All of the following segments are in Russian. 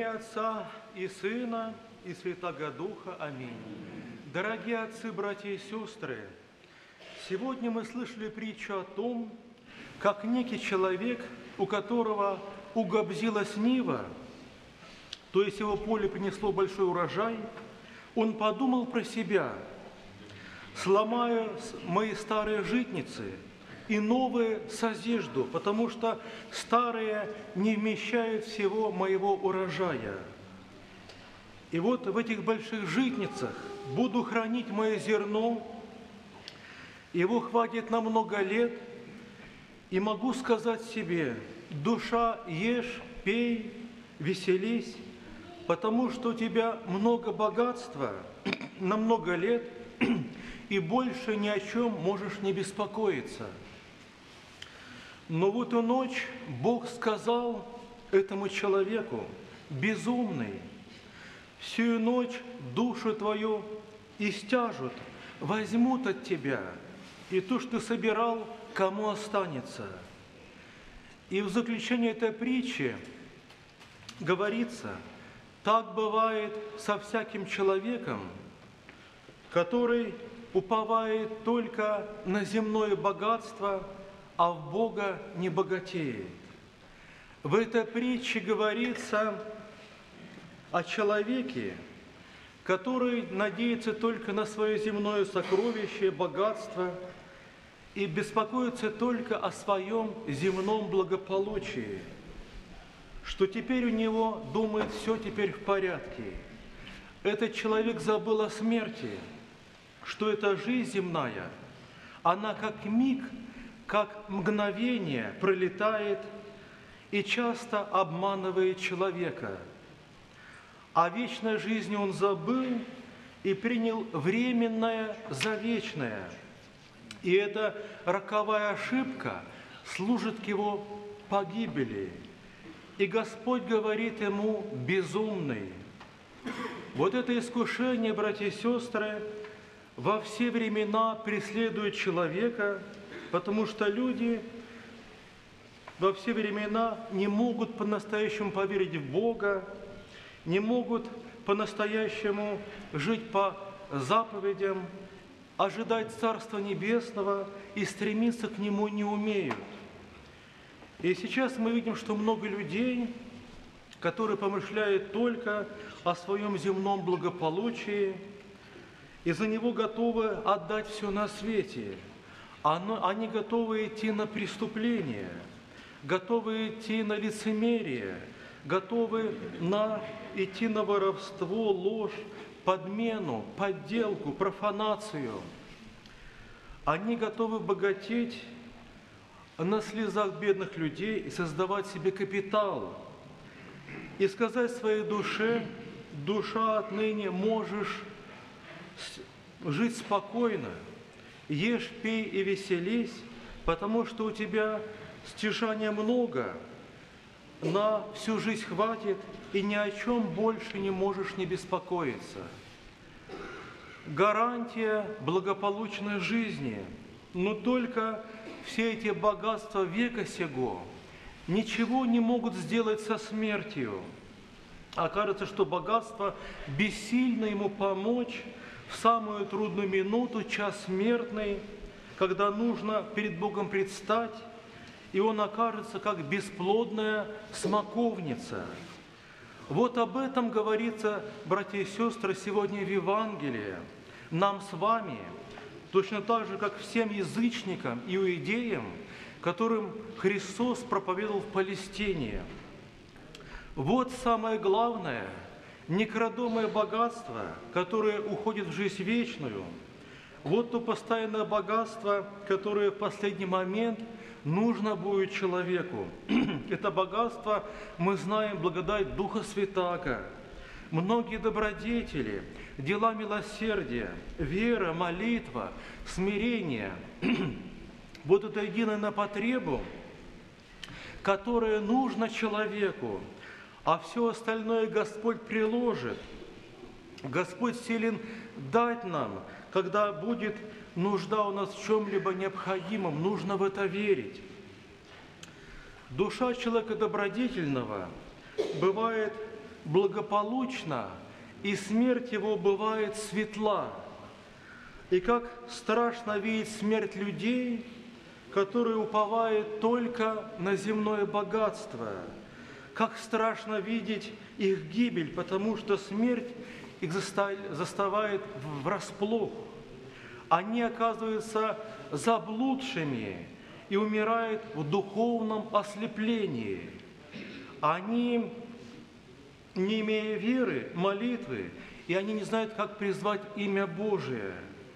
имя Отца и Сына и Святаго Духа. Аминь. Дорогие отцы, братья и сестры, сегодня мы слышали притчу о том, как некий человек, у которого угобзилась нива, то есть его поле принесло большой урожай, он подумал про себя: сломаю мои старые житницы и новые созижду, потому что старые не вмещают всего моего урожая. И вот в этих больших житницах буду хранить мое зерно, его хватит на много лет, и могу сказать себе: душа, ешь, пей, веселись, потому что у тебя много богатства на много лет, и больше ни о чем можешь не беспокоиться. Но в эту ночь Бог сказал этому человеку: безумный, всю ночь душу твою истяжут, возьмут от тебя, и то, что ты собирал, кому останется. И в заключение этой притчи говорится: так бывает со всяким человеком, который уповает только на земное богатство, а в Бога не богатеет. В этой притче говорится о человеке, который надеется только на свое земное сокровище, богатство, и беспокоится только о своем земном благополучии, что теперь у него, думает, все теперь в порядке. Этот человек забыл о смерти, что эта жизнь земная, она как миг, как мгновение пролетает и часто обманывает человека. О вечной жизни он забыл и принял временное за вечное. И эта роковая ошибка служит к его погибели. И Господь говорит ему: безумный. Вот это искушение, братья и сестры, во все времена преследует человека, потому что люди во все времена не могут по-настоящему поверить в Бога, не могут по-настоящему жить по заповедям, ожидать Царства Небесного и стремиться к Нему не умеют. И сейчас мы видим, что много людей, которые помышляют только о своем земном благополучии, и за него готовы отдать все на свете. Они готовы идти на преступление, готовы идти на лицемерие, готовы идти на воровство, ложь, подмену, подделку, профанацию. Они готовы богатеть на слезах бедных людей и создавать себе капитал. И сказать своей душе: душа, отныне можешь жить спокойно, ешь, пей и веселись, потому что у тебя стяжания много, на всю жизнь хватит, и ни о чем больше не можешь не беспокоиться. Гарантия благополучной жизни, но только все эти богатства века сего ничего не могут сделать со смертью. Окажется, что богатство бессильно ему помочь в самую трудную минуту, час смертный, когда нужно перед Богом предстать, и он окажется как бесплодная смоковница. Вот об этом говорится, братья и сестры, сегодня в Евангелии. Нам с вами, точно так же, как всем язычникам, иудеям, которым Христос проповедовал в Палестине. Вот самое главное, некрадомое богатство, которое уходит в жизнь вечную. Вот то постоянное богатство, которое в последний момент нужно будет человеку. Это богатство, мы знаем, благодать Духа Святаго, многие добродетели, дела милосердия, вера, молитва, смирение. Вот это единое на потребу, которое нужно человеку, а все остальное Господь приложит. Господь силен дать нам, когда будет нужда у нас в чем-либо необходимом, нужно в это верить. Душа человека добродетельного бывает благополучна, и смерть его бывает светла. И как страшно видеть смерть людей, которые уповают только на земное богатство. Как страшно видеть их гибель, потому что смерть их заставает врасплох. Они оказываются заблудшими и умирают в духовном ослеплении. Они, не имея веры, молитвы, и они не знают, как призвать имя Божие.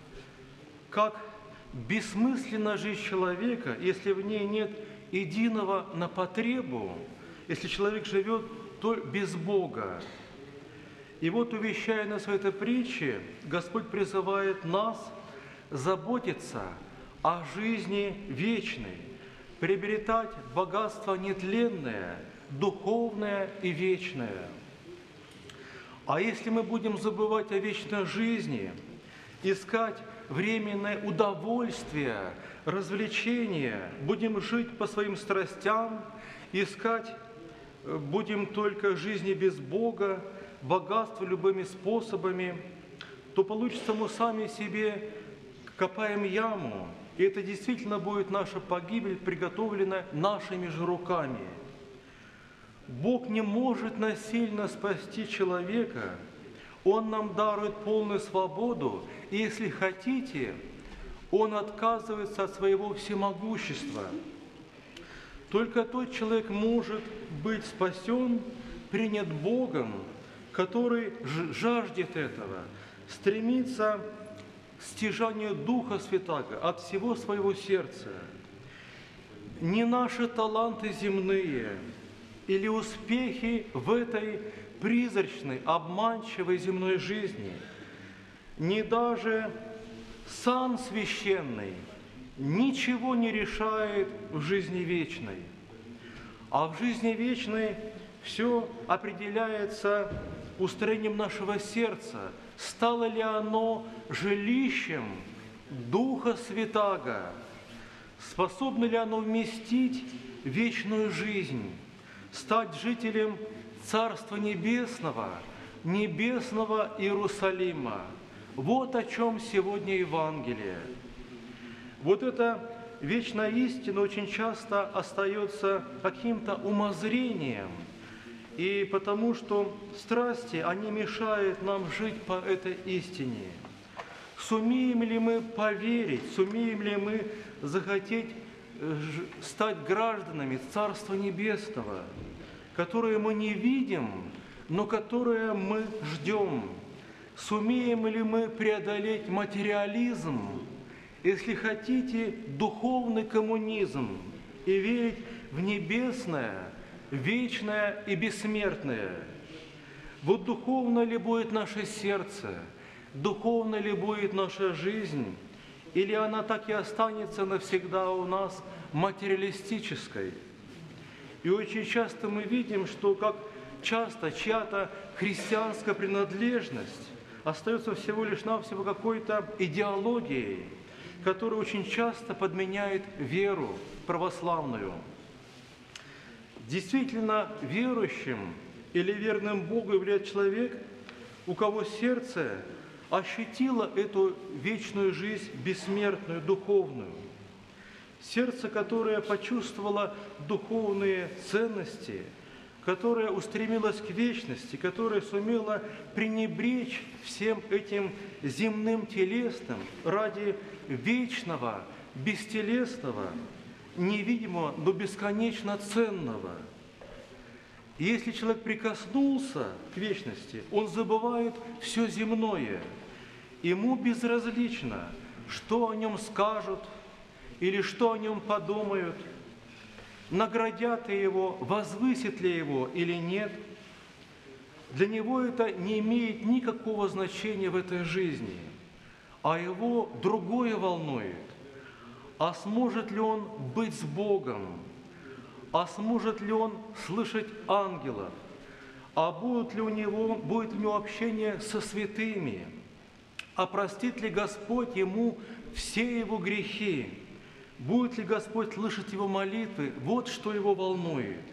Как бессмысленно жизнь человека, если в ней нет единого на потребу, если человек живет то без Бога. И вот, увещая нас в этой притче, Господь призывает нас заботиться о жизни вечной, приобретать богатство нетленное, духовное и вечное. А если мы будем забывать о вечной жизни, искать временное удовольствие, развлечение, будем жить по своим страстям, искать будем только жизни без Бога, богатство любыми способами, то получится, мы сами себе копаем яму, и это действительно будет наша погибель, приготовленная нашими же руками. Бог не может насильно спасти человека, Он нам дарует полную свободу, и если хотите, Он отказывается от своего всемогущества. Только тот человек может быть спасен, принят Богом, который жаждет этого, стремится к стяжанию Духа Святаго от всего своего сердца. Не наши таланты земные или успехи в этой призрачной, обманчивой земной жизни, не даже сан священный ничего не решает в жизни вечной. А в жизни вечной все определяется устроением нашего сердца. Стало ли оно жилищем Духа Святаго? Способно ли оно вместить вечную жизнь? Стать жителем Царства Небесного, небесного Иерусалима. Вот о чем сегодня Евангелие. Вот эта вечная истина очень часто остается каким-то умозрением, и потому что страсти, они мешают нам жить по этой истине. Сумеем ли мы поверить, сумеем ли мы захотеть стать гражданами Царства Небесного, которое мы не видим, но которое мы ждем? Сумеем ли мы преодолеть материализм, если хотите, духовный коммунизм, и верить в небесное, вечное и бессмертное? Вот духовно ли будет наше сердце, духовно ли будет наша жизнь, или она так и останется навсегда у нас материалистической? И очень часто мы видим, что как часто чья-то христианская принадлежность остается всего лишь навсего какой-то идеологией, которая очень часто подменяет веру православную. Действительно верующим или верным Богу является человек, у кого сердце ощутило эту вечную жизнь бессмертную, духовную. Сердце, которое почувствовало духовные ценности, которое устремилось к вечности, которое сумело пренебречь всем этим земным телесным ради вечного, бестелесного, невидимого, но бесконечно ценного. И если человек прикоснулся к вечности, он забывает все земное. Ему безразлично, что о нем скажут или что о нем подумают, наградят ли его, возвысят ли его или нет. Для него это не имеет никакого значения в этой жизни, а его другое волнует. А сможет ли он быть с Богом? А сможет ли он слышать ангелов? А будет ли у него общение со святыми? А простит ли Господь ему все его грехи? Будет ли Господь слышать его молитвы? Вот что его волнует.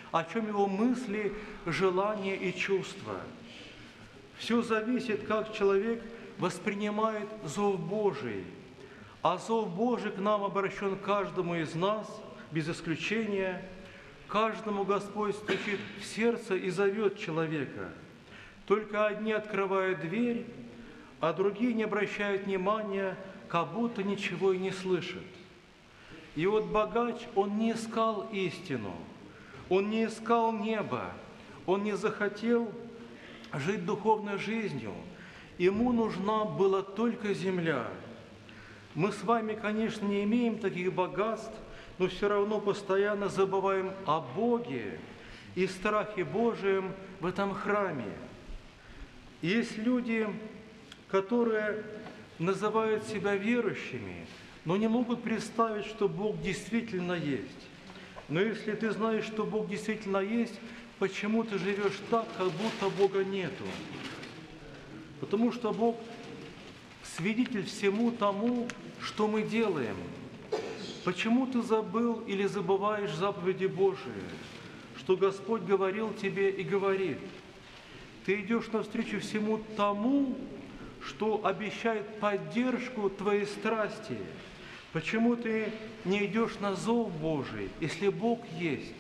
о чем его мысли, желания и чувства. Все зависит, как человек воспринимает зов Божий. А зов Божий к нам обращен каждому из нас, без исключения. Каждому Господь стучит в сердце и зовет человека. Только одни открывают дверь, а другие не обращают внимания, как будто ничего и не слышат. И вот богач, он не искал истину, он не искал неба, он не захотел жить духовной жизнью. Ему нужна была только земля. Мы с вами, конечно, не имеем таких богатств, но все равно постоянно забываем о Боге и страхе Божием в этом храме. Есть люди, которые называют себя верующими, но не могут представить, что Бог действительно есть. Но если ты знаешь, что Бог действительно есть, почему ты живешь так, как будто Бога нету? Потому что Бог свидетель всему тому, что мы делаем. Почему ты забыл или забываешь заповеди Божии, что Господь говорил тебе и говорит? Ты идешь навстречу всему тому, что обещает поддержку твоей страсти. Почему ты не идешь на зов Божий, если Бог есть?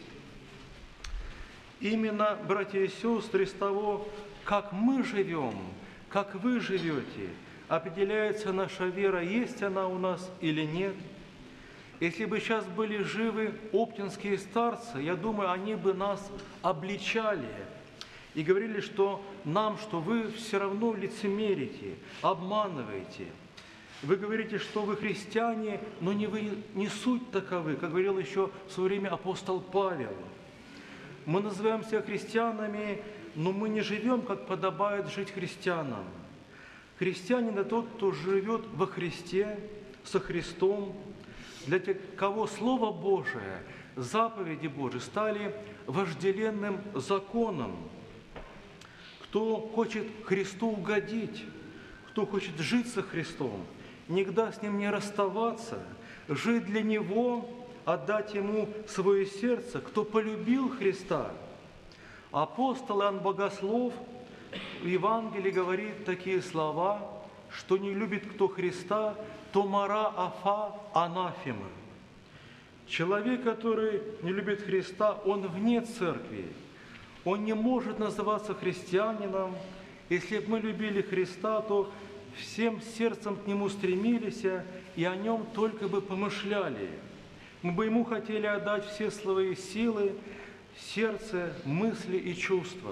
Именно, братья и сестры, из того, как мы живем, как вы живете, определяется наша вера, есть она у нас или нет. Если бы сейчас были живы оптинские старцы, я думаю, они бы нас обличали и говорили, что вы все равно лицемерите, обманываете. Вы говорите, что вы христиане, но не суть таковы, как говорил еще в свое время апостол Павел. Мы называем себя христианами, но мы не живем, как подобает жить христианам. Христианин – это тот, кто живет во Христе, со Христом, для тех, кого Слово Божие, заповеди Божии стали вожделенным законом. Кто хочет Христу угодить, кто хочет жить со Христом, никогда с Ним не расставаться, жить для Него, отдать Ему свое сердце, кто полюбил Христа. Апостол Иоанн Богослов в Евангелии говорит такие слова, что не любит кто Христа, то мара афа анафема. Человек, который не любит Христа, он вне церкви. Он не может называться христианином. Если бы мы любили Христа, то всем сердцем к Нему стремились и о Нем только бы помышляли. Мы бы Ему хотели отдать все свои силы, сердце, мысли и чувства.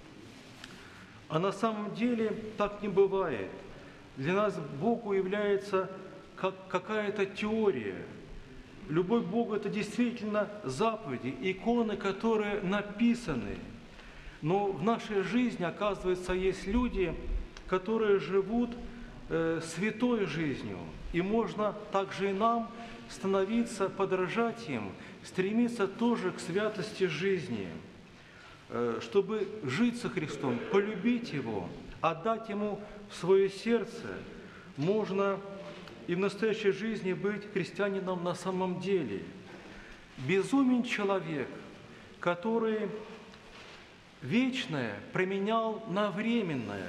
А на самом деле так не бывает. Для нас Богу является как какая-то теория. Любовь к Богу – это действительно заповеди, иконы, которые написаны. Но в нашей жизни, оказывается, есть люди, которые живут святой жизнью. И можно также и нам становиться, подражать им, стремиться тоже к святости жизни, чтобы жить со Христом, полюбить Его, отдать Ему свое сердце. Можно и в настоящей жизни быть христианином на самом деле. Безумен человек, который вечное променял на временное,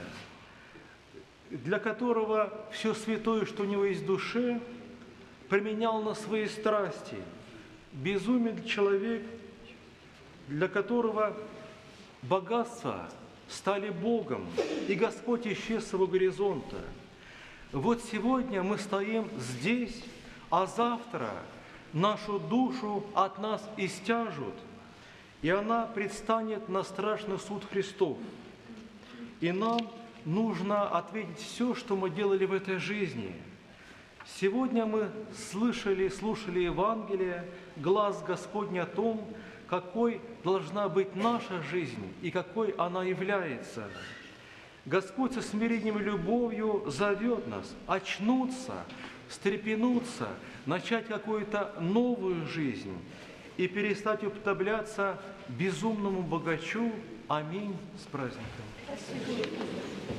для которого все святое, что у него есть в душе, променял на свои страсти. Безумен человек, для которого богатства стали Богом, и Господь исчез с его горизонта. Вот сегодня мы стоим здесь, а завтра нашу душу от нас истяжут, и она предстанет на страшный суд Христов. И нам нужно ответить все, что мы делали в этой жизни. Сегодня мы слушали Евангелие, глаз Господний о том, какой должна быть наша жизнь и какой она является. Господь со смирением и любовью зовет нас очнуться, встрепенуться, начать какую-то новую жизнь и перестать уподобляться безумному богачу. Аминь. С праздником. Спасибо.